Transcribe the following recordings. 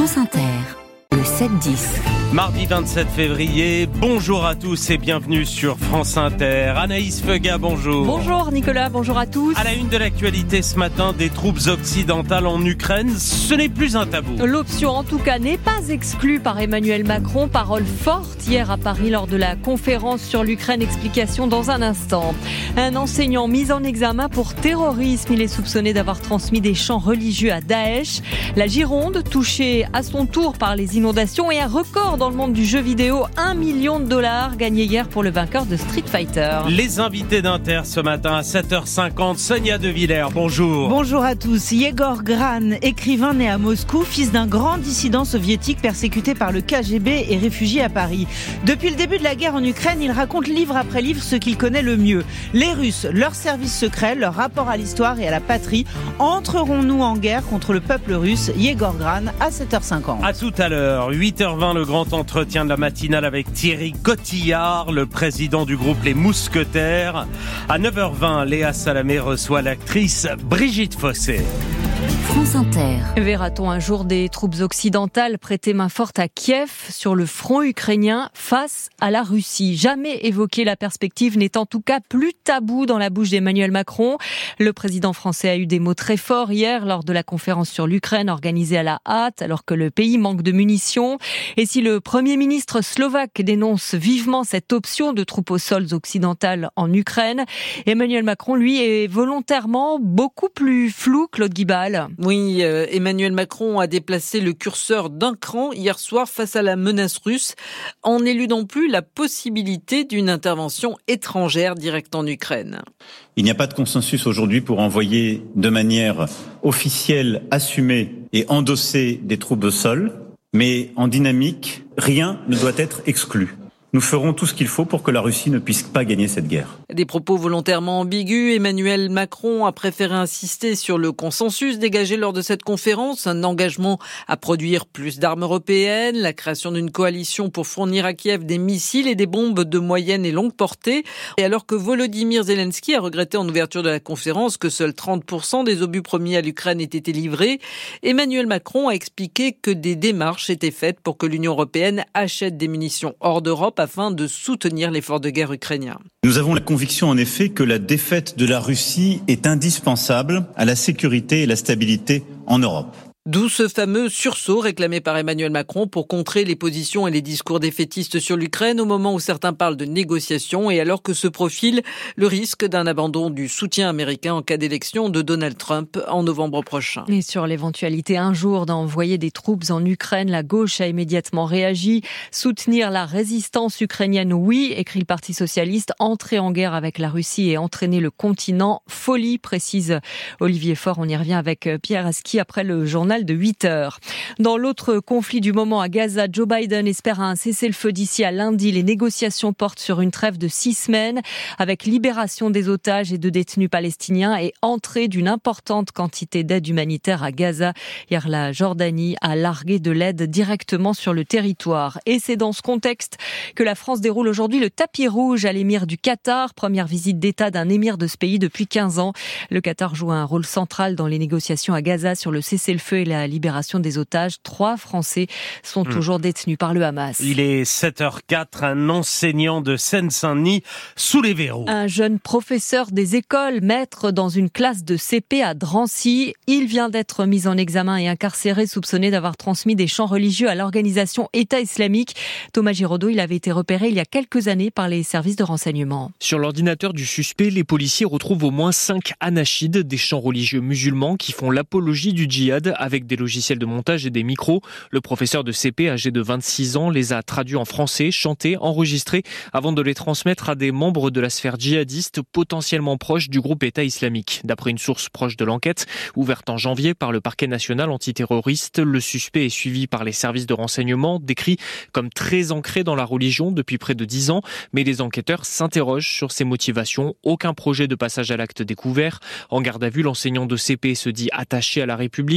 France Inter, le 7-10. Mardi 27 février, bonjour à tous et bienvenue sur France Inter. Anaïs Feuga, bonjour. Bonjour Nicolas, bonjour à tous. À la une de l'actualité ce matin, des troupes occidentales en Ukraine, ce n'est plus un tabou. L'option en tout cas n'est pas exclue par Emmanuel Macron. Parole forte hier à Paris lors de la conférence sur l'Ukraine. Explication dans un instant. Un enseignant mis en examen pour terrorisme. Il est soupçonné d'avoir transmis des chants religieux à Daesh. La Gironde, touchée à son tour par les inondations, et un record dans le monde du jeu vidéo, $1 million gagné hier pour le vainqueur de Street Fighter. Les invités d'Inter ce matin à 7h50, Sonia De Villers, bonjour. Bonjour à tous. Yegor Gran, écrivain né à Moscou, fils d'un grand dissident soviétique persécuté par le KGB et réfugié à Paris. Depuis le début de la guerre en Ukraine, il raconte livre après livre ce qu'il connaît le mieux. Les Russes, leurs services secrets, leur rapport à l'histoire et à la patrie. Entrerons-nous en guerre contre le peuple russe? Yegor Gran à 7h50. À tout à l'heure, 8h20, le grand entretien de la matinale avec Thierry Cotillard, le président du groupe Les Mousquetaires. À 9h20, Léa Salamé reçoit l'actrice Brigitte Fossé. France Inter. Verra-t-on un jour des troupes occidentales prêter main forte à Kiev sur le front ukrainien face à la Russie? Jamais évoqué, la perspective n'est en tout cas plus tabou dans la bouche d'Emmanuel Macron. Le président français a eu des mots très forts hier lors de la conférence sur l'Ukraine organisée à la hâte alors que le pays manque de munitions. Et si le Premier ministre slovaque dénonce vivement cette option de troupes aux sols occidentales en Ukraine, Emmanuel Macron, lui, est volontairement beaucoup plus flou, Claude Guibal. Oui, Emmanuel Macron a déplacé le curseur d'un cran hier soir face à la menace russe, en n'éludant plus la possibilité d'une intervention étrangère directe en Ukraine. Il n'y a pas de consensus aujourd'hui pour envoyer de manière officielle, assumée et endossée des troupes au sol, mais en dynamique, rien ne doit être exclu. Nous ferons tout ce qu'il faut pour que la Russie ne puisse pas gagner cette guerre. Des propos volontairement ambigus, Emmanuel Macron a préféré insister sur le consensus dégagé lors de cette conférence, un engagement à produire plus d'armes européennes, la création d'une coalition pour fournir à Kiev des missiles et des bombes de moyenne et longue portée. Et alors que Volodymyr Zelensky a regretté en ouverture de la conférence que seuls 30% des obus promis à l'Ukraine aient été livrés, Emmanuel Macron a expliqué que des démarches étaient faites pour que l'Union européenne achète des munitions hors d'Europe afin de soutenir l'effort de guerre ukrainien. Nous avons la conviction en effet que la défaite de la Russie est indispensable à la sécurité et la stabilité en Europe. D'où ce fameux sursaut réclamé par Emmanuel Macron pour contrer les positions et les discours défaitistes sur l'Ukraine au moment où certains parlent de négociations et alors que se profile le risque d'un abandon du soutien américain en cas d'élection de Donald Trump en novembre prochain. Et sur l'éventualité un jour d'envoyer des troupes en Ukraine, la gauche a immédiatement réagi. Soutenir la résistance ukrainienne, oui, écrit le Parti socialiste. Entrer en guerre avec la Russie et entraîner le continent, folie, précise Olivier Faure. On y revient avec Pierre Aski après le journal de 8h. Dans l'autre conflit du moment à Gaza, Joe Biden espère un cessez-le-feu d'ici à lundi. Les négociations portent sur une trêve de 6 semaines avec libération des otages et de détenus palestiniens et entrée d'une importante quantité d'aide humanitaire à Gaza. Hier, la Jordanie a largué de l'aide directement sur le territoire. Et c'est dans ce contexte que la France déroule aujourd'hui le tapis rouge à l'émir du Qatar. Première visite d'État d'un émir de ce pays depuis 15 ans. Le Qatar joue un rôle central dans les négociations à Gaza sur le cessez-le-feu et la libération des otages. 3 Français sont toujours détenus par le Hamas. Il est 7h04, un enseignant de Seine-Saint-Denis sous les verrous. Un jeune professeur des écoles, maître dans une classe de CP à Drancy. Il vient d'être mis en examen et incarcéré, soupçonné d'avoir transmis des chants religieux à l'organisation État islamique. Thomas Giraudot, il avait été repéré il y a quelques années par les services de renseignement. Sur l'ordinateur du suspect, les policiers retrouvent au moins 5 anachides, des chants religieux musulmans qui font l'apologie du djihad avec des logiciels de montage et des micros. Le professeur de CP, âgé de 26 ans, les a traduits en français, chantés, enregistrés, avant de les transmettre à des membres de la sphère djihadiste potentiellement proches du groupe État islamique. D'après une source proche de l'enquête, ouverte en janvier par le parquet national antiterroriste, le suspect est suivi par les services de renseignement, décrit comme très ancré dans la religion depuis près de 10 ans, mais les enquêteurs s'interrogent sur ses motivations. Aucun projet de passage à l'acte découvert. En garde à vue, l'enseignant de CP se dit attaché à la République, fier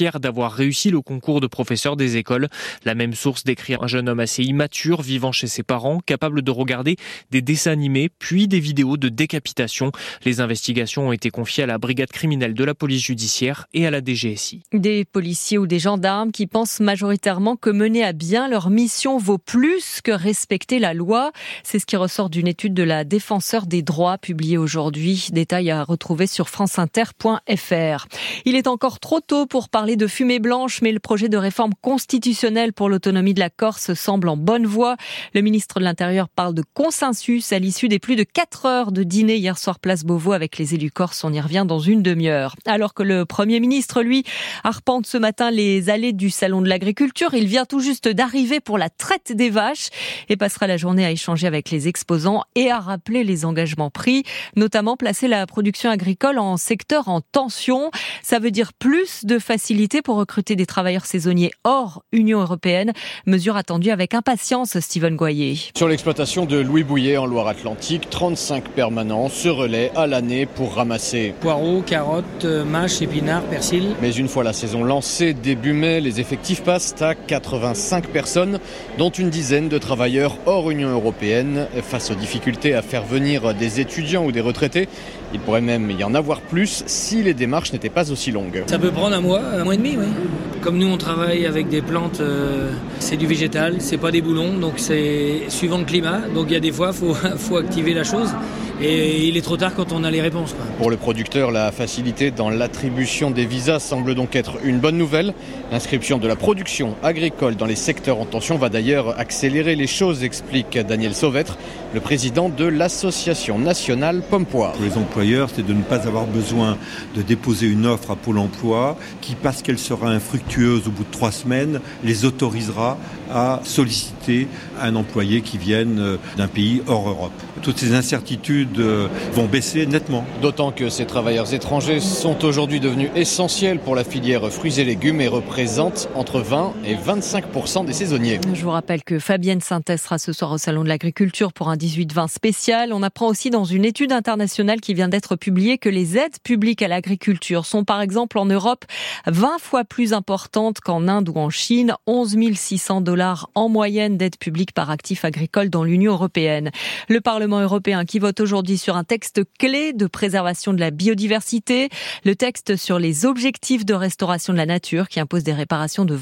fier d'avoir réussi le concours de professeur des écoles. La même source décrit un jeune homme assez immature, vivant chez ses parents, capable de regarder des dessins animés, puis des vidéos de décapitation. Les investigations ont été confiées à la brigade criminelle de la police judiciaire et à la DGSI. Des policiers ou des gendarmes qui pensent majoritairement que mener à bien leur mission vaut plus que respecter la loi. C'est ce qui ressort d'une étude de la Défenseure des droits publiée aujourd'hui. Détail à retrouver sur franceinter.fr. Il est encore trop tôt pour parler de fumée blanche, mais le projet de réforme constitutionnelle pour l'autonomie de la Corse semble en bonne voie. Le ministre de l'Intérieur parle de consensus à l'issue des plus de 4 heures de dîner hier soir place Beauvau avec les élus corses. On y revient dans une demi-heure. Alors que le Premier ministre, lui, arpente ce matin les allées du Salon de l'Agriculture. Il vient tout juste d'arriver pour la traite des vaches et passera la journée à échanger avec les exposants et à rappeler les engagements pris, notamment placer la production agricole en secteur en tension. Ça veut dire plus de facilité pour recruter des travailleurs saisonniers hors Union européenne. Mesure attendue avec impatience, Steven Goyer. Sur l'exploitation de Louis Bouillet en Loire-Atlantique, 35 permanents se relaient à l'année pour ramasser poireaux, carottes, mâches, épinards, persil. Mais une fois la saison lancée, début mai, les effectifs passent à 85 personnes, dont une dizaine de travailleurs hors Union européenne. Face aux difficultés à faire venir des étudiants ou des retraités, il pourrait même y en avoir plus si les démarches n'étaient pas aussi longues. Ça peut prendre un mois et demi, oui. Comme nous, on travaille avec des plantes, c'est du végétal, c'est pas des boulons, donc c'est suivant le climat. Donc il y a des fois, faut activer la chose. Et il est trop tard quand on a les réponses. Pour le producteur, la facilité dans l'attribution des visas semble donc être une bonne nouvelle. L'inscription de la production agricole dans les secteurs en tension va d'ailleurs accélérer les choses, explique Daniel Sauvêtre, le président de l'association nationale Pommes-Poires. Pour les employeurs, c'est de ne pas avoir besoin de déposer une offre à Pôle emploi qui, parce qu'elle sera infructueuse au bout de 3 semaines, les autorisera à solliciter un employé qui vienne d'un pays hors Europe. Toutes ces incertitudes vont baisser nettement. D'autant que ces travailleurs étrangers sont aujourd'hui devenus essentiels pour la filière fruits et légumes et représentent entre 20 et 25% des saisonniers. Je vous rappelle que Fabienne Sintès sera ce soir au Salon de l'Agriculture pour un 18-20 spécial. On apprend aussi dans une étude internationale qui vient d'être publiée que les aides publiques à l'agriculture sont par exemple en Europe 20 fois plus importantes qu'en Inde ou en Chine. 11 600 $ en moyenne d'aide publique par actif agricole dans l'Union européenne. Le Parlement européen qui vote aujourd'hui sur un texte clé de préservation de la biodiversité, le texte sur les objectifs de restauration de la nature qui impose des réparations de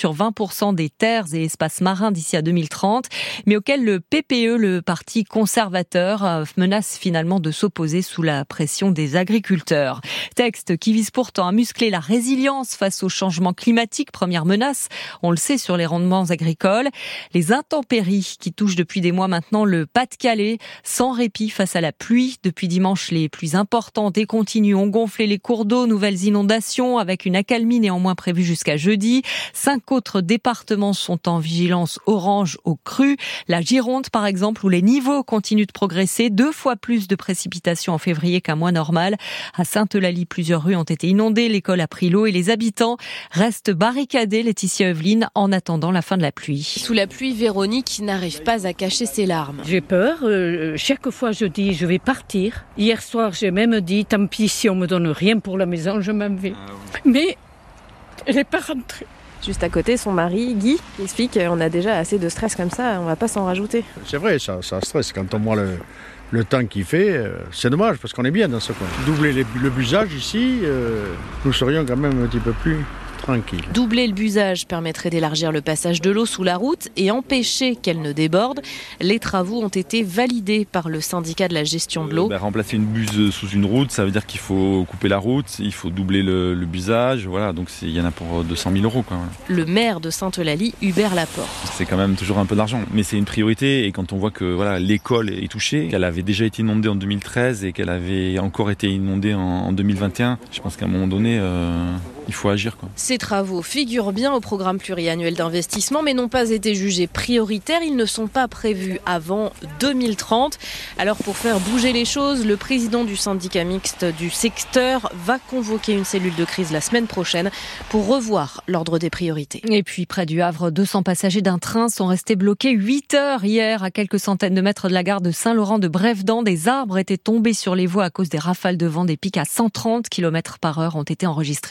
20% des terres et espaces marins d'ici à 2030, mais auquel le PPE, le parti conservateur, menace finalement de s'opposer sous la pression des agriculteurs. Texte qui vise pourtant à muscler la résilience face au changement climatique, première menace, on le sait, sur les rendements agricoles. Les intempéries qui touchent depuis des mois maintenant le Pas-de-Calais, sans répit face à la pluie. Depuis dimanche, les pluies importantes et continues ont gonflé les cours d'eau, nouvelles inondations avec une accalmie néanmoins prévue jusqu'à jeudi. 5 autres départements sont en vigilance orange aux crues. La Gironde, par exemple, où les niveaux continuent de progresser. 2 fois plus de précipitations en février qu'un mois normal. À Sainte-Eulalie, plusieurs rues ont été inondées. L'école a pris l'eau et les habitants restent barricadés, Laetitia Evelyne, en attendant la fin de la pluie. Sous la pluie, Véronique n'arrive pas à cacher ses larmes. J'ai peur. Chaque fois, je dis je vais partir. Hier soir, j'ai même dit tant pis si on me donne rien pour la maison, je m'en vais. Mais elle n'est pas rentrée. Juste à côté, son mari, Guy, explique qu'on a déjà assez de stress comme ça, on va pas s'en rajouter. C'est vrai, ça stresse. Quand on voit le temps qu'il fait, c'est dommage parce qu'on est bien dans ce coin. Doubler le busage ici, nous serions quand même un petit peu plus tranquille. Doubler le busage permettrait d'élargir le passage de l'eau sous la route et empêcher qu'elle ne déborde. Les travaux ont été validés par le syndicat de la gestion de l'eau. Remplacer une buse sous une route, ça veut dire qu'il faut couper la route, il faut doubler le busage, voilà, donc il y en a pour 200 000 €. Voilà. Le maire de Sainte-Eulalie, Hubert Laporte. C'est quand même toujours un peu d'argent, mais c'est une priorité et quand on voit que voilà, l'école est touchée, qu'elle avait déjà été inondée en 2013 et qu'elle avait encore été inondée en 2021, je pense qu'à un moment donné, il faut agir, quoi. Ces travaux figurent bien au programme pluriannuel d'investissement, mais n'ont pas été jugés prioritaires. Ils ne sont pas prévus avant 2030. Alors pour faire bouger les choses, le président du syndicat mixte du secteur va convoquer une cellule de crise la semaine prochaine pour revoir l'ordre des priorités. Et puis près du Havre, 200 passagers d'un train sont restés bloqués 8 heures hier à quelques centaines de mètres de la gare de Saint-Laurent de Brévedent. Des arbres étaient tombés sur les voies à cause des rafales de vent. Des pics à 130 km/h ont été enregistrés en Normandie.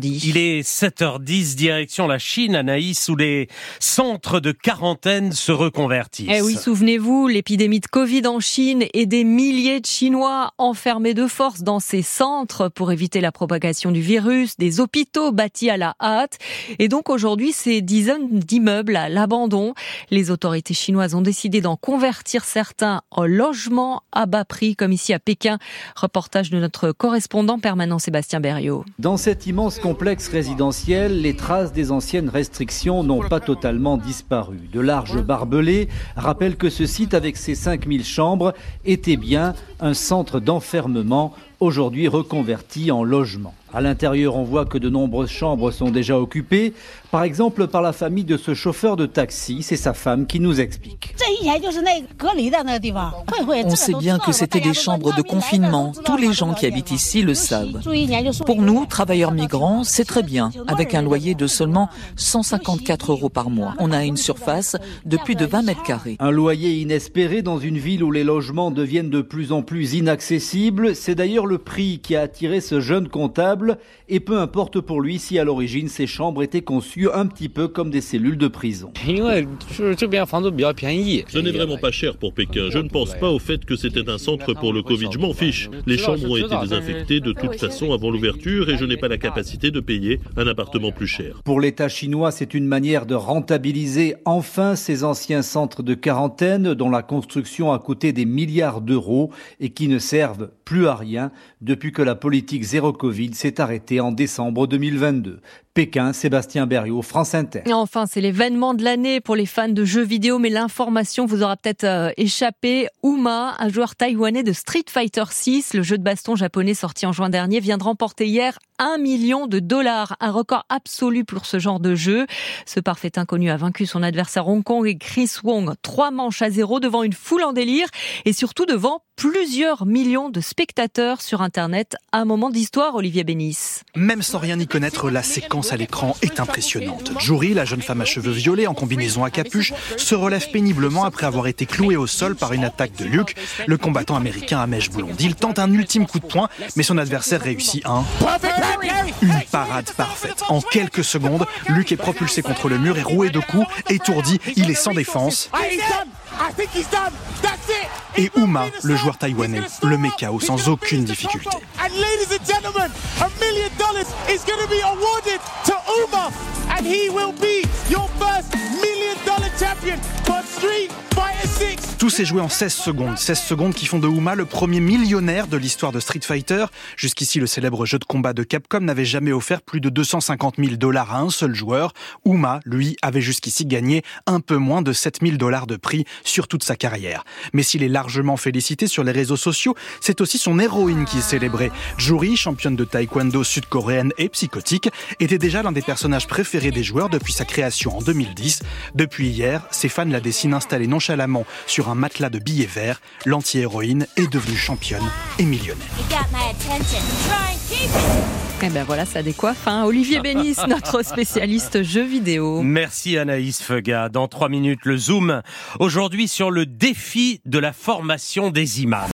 Normandie. Il est 7h10, direction la Chine, Anaïs, où les centres de quarantaine se reconvertissent. Eh oui, souvenez-vous, l'épidémie de Covid en Chine et des milliers de Chinois enfermés de force dans ces centres pour éviter la propagation du virus, des hôpitaux bâtis à la hâte. Et donc aujourd'hui, ces dizaines d'immeubles à l'abandon. Les autorités chinoises ont décidé d'en convertir certains en logements à bas prix, comme ici à Pékin. Reportage de notre correspondant permanent Sébastien Berriot. Dans cet immense complexe résidentiel, les traces des anciennes restrictions n'ont pas totalement disparu. De larges barbelés rappellent que ce site, avec ses 5000 chambres, était bien un centre d'enfermement, aujourd'hui reconverti en logement. À l'intérieur, on voit que de nombreuses chambres sont déjà occupées, par exemple par la famille de ce chauffeur de taxi. C'est sa femme qui nous explique. On sait bien que c'était des chambres de confinement. Tous les gens qui habitent ici le savent. Pour nous, travailleurs migrants, c'est très bien, avec un loyer de seulement 154 € par mois. On a une surface de plus de 20 mètres carrés. Un loyer inespéré dans une ville où les logements deviennent de plus en plus inaccessibles. C'est d'ailleurs le prix qui a attiré ce jeune comptable. Et peu importe pour lui si à l'origine ces chambres étaient conçues un petit peu comme des cellules de prison. Ce n'est vraiment pas cher pour Pékin. Je ne pense pas au fait que c'était un centre pour le Covid. Je m'en fiche. Les chambres ont été désinfectées de toute façon avant l'ouverture et je n'ai pas la capacité de payer un appartement plus cher. Pour l'État chinois, c'est une manière de rentabiliser enfin ces anciens centres de quarantaine dont la construction a coûté des milliards d'euros et qui ne servent plus à rien depuis que la politique zéro Covid s'est arrêtée en décembre 2022. Pékin, Sébastien Berriot, France Inter. Et enfin, c'est l'événement de l'année pour les fans de jeux vidéo, mais l'information vous aura peut-être échappé. Uma, un joueur taïwanais de Street Fighter 6, le jeu de baston japonais sorti en juin dernier, vient de remporter hier $1 million, un record absolu pour ce genre de jeu. Ce parfait inconnu a vaincu son adversaire Hong Kong et Chris Wong 3-0 devant une foule en délire et surtout devant plusieurs millions de spectateurs sur Internet. Un moment d'histoire, Olivier Bénis. Même sans rien y connaître, la séquence à l'écran est impressionnante. Juri, la jeune femme à cheveux violets en combinaison à capuche, se relève péniblement après avoir été clouée au sol par une attaque de Luke, le combattant américain à mèche blonde. Il tente un ultime coup de poing, mais son adversaire réussit une parade parfaite. En quelques secondes, Luke est propulsé contre le mur et roué de coups. Étourdi, il est sans défense. Et Uma, le joueur taïwanais, le met KO sans aucune difficulté. Tout s'est joué en 16 secondes. 16 secondes qui font de Uma le premier millionnaire de l'histoire de Street Fighter. Jusqu'ici, le célèbre jeu de combat de Capcom n'avait jamais offert plus de $250 000 à un seul joueur. Uma, lui, avait jusqu'ici gagné un peu moins de $7 000 de prix sur toute sa carrière. Mais s'il est largement félicité sur les réseaux sociaux, c'est aussi son héroïne qui est célébrée. Juri, championne de taekwondo sud-coréenne et psychotique, était déjà l'un des personnages préférés des joueurs depuis sa création en 2010. Depuis hier, ses fans la dessinent installée nonchalamment sur un matelas de billets verts. L'anti-héroïne est devenue championne et millionnaire. Et ben voilà, ça décoiffe. Olivier Bénis, notre spécialiste jeux vidéo. Merci Anaïs Feuga. Dans 3 minutes, le Zoom. Aujourd'hui sur le défi de la formation des imams.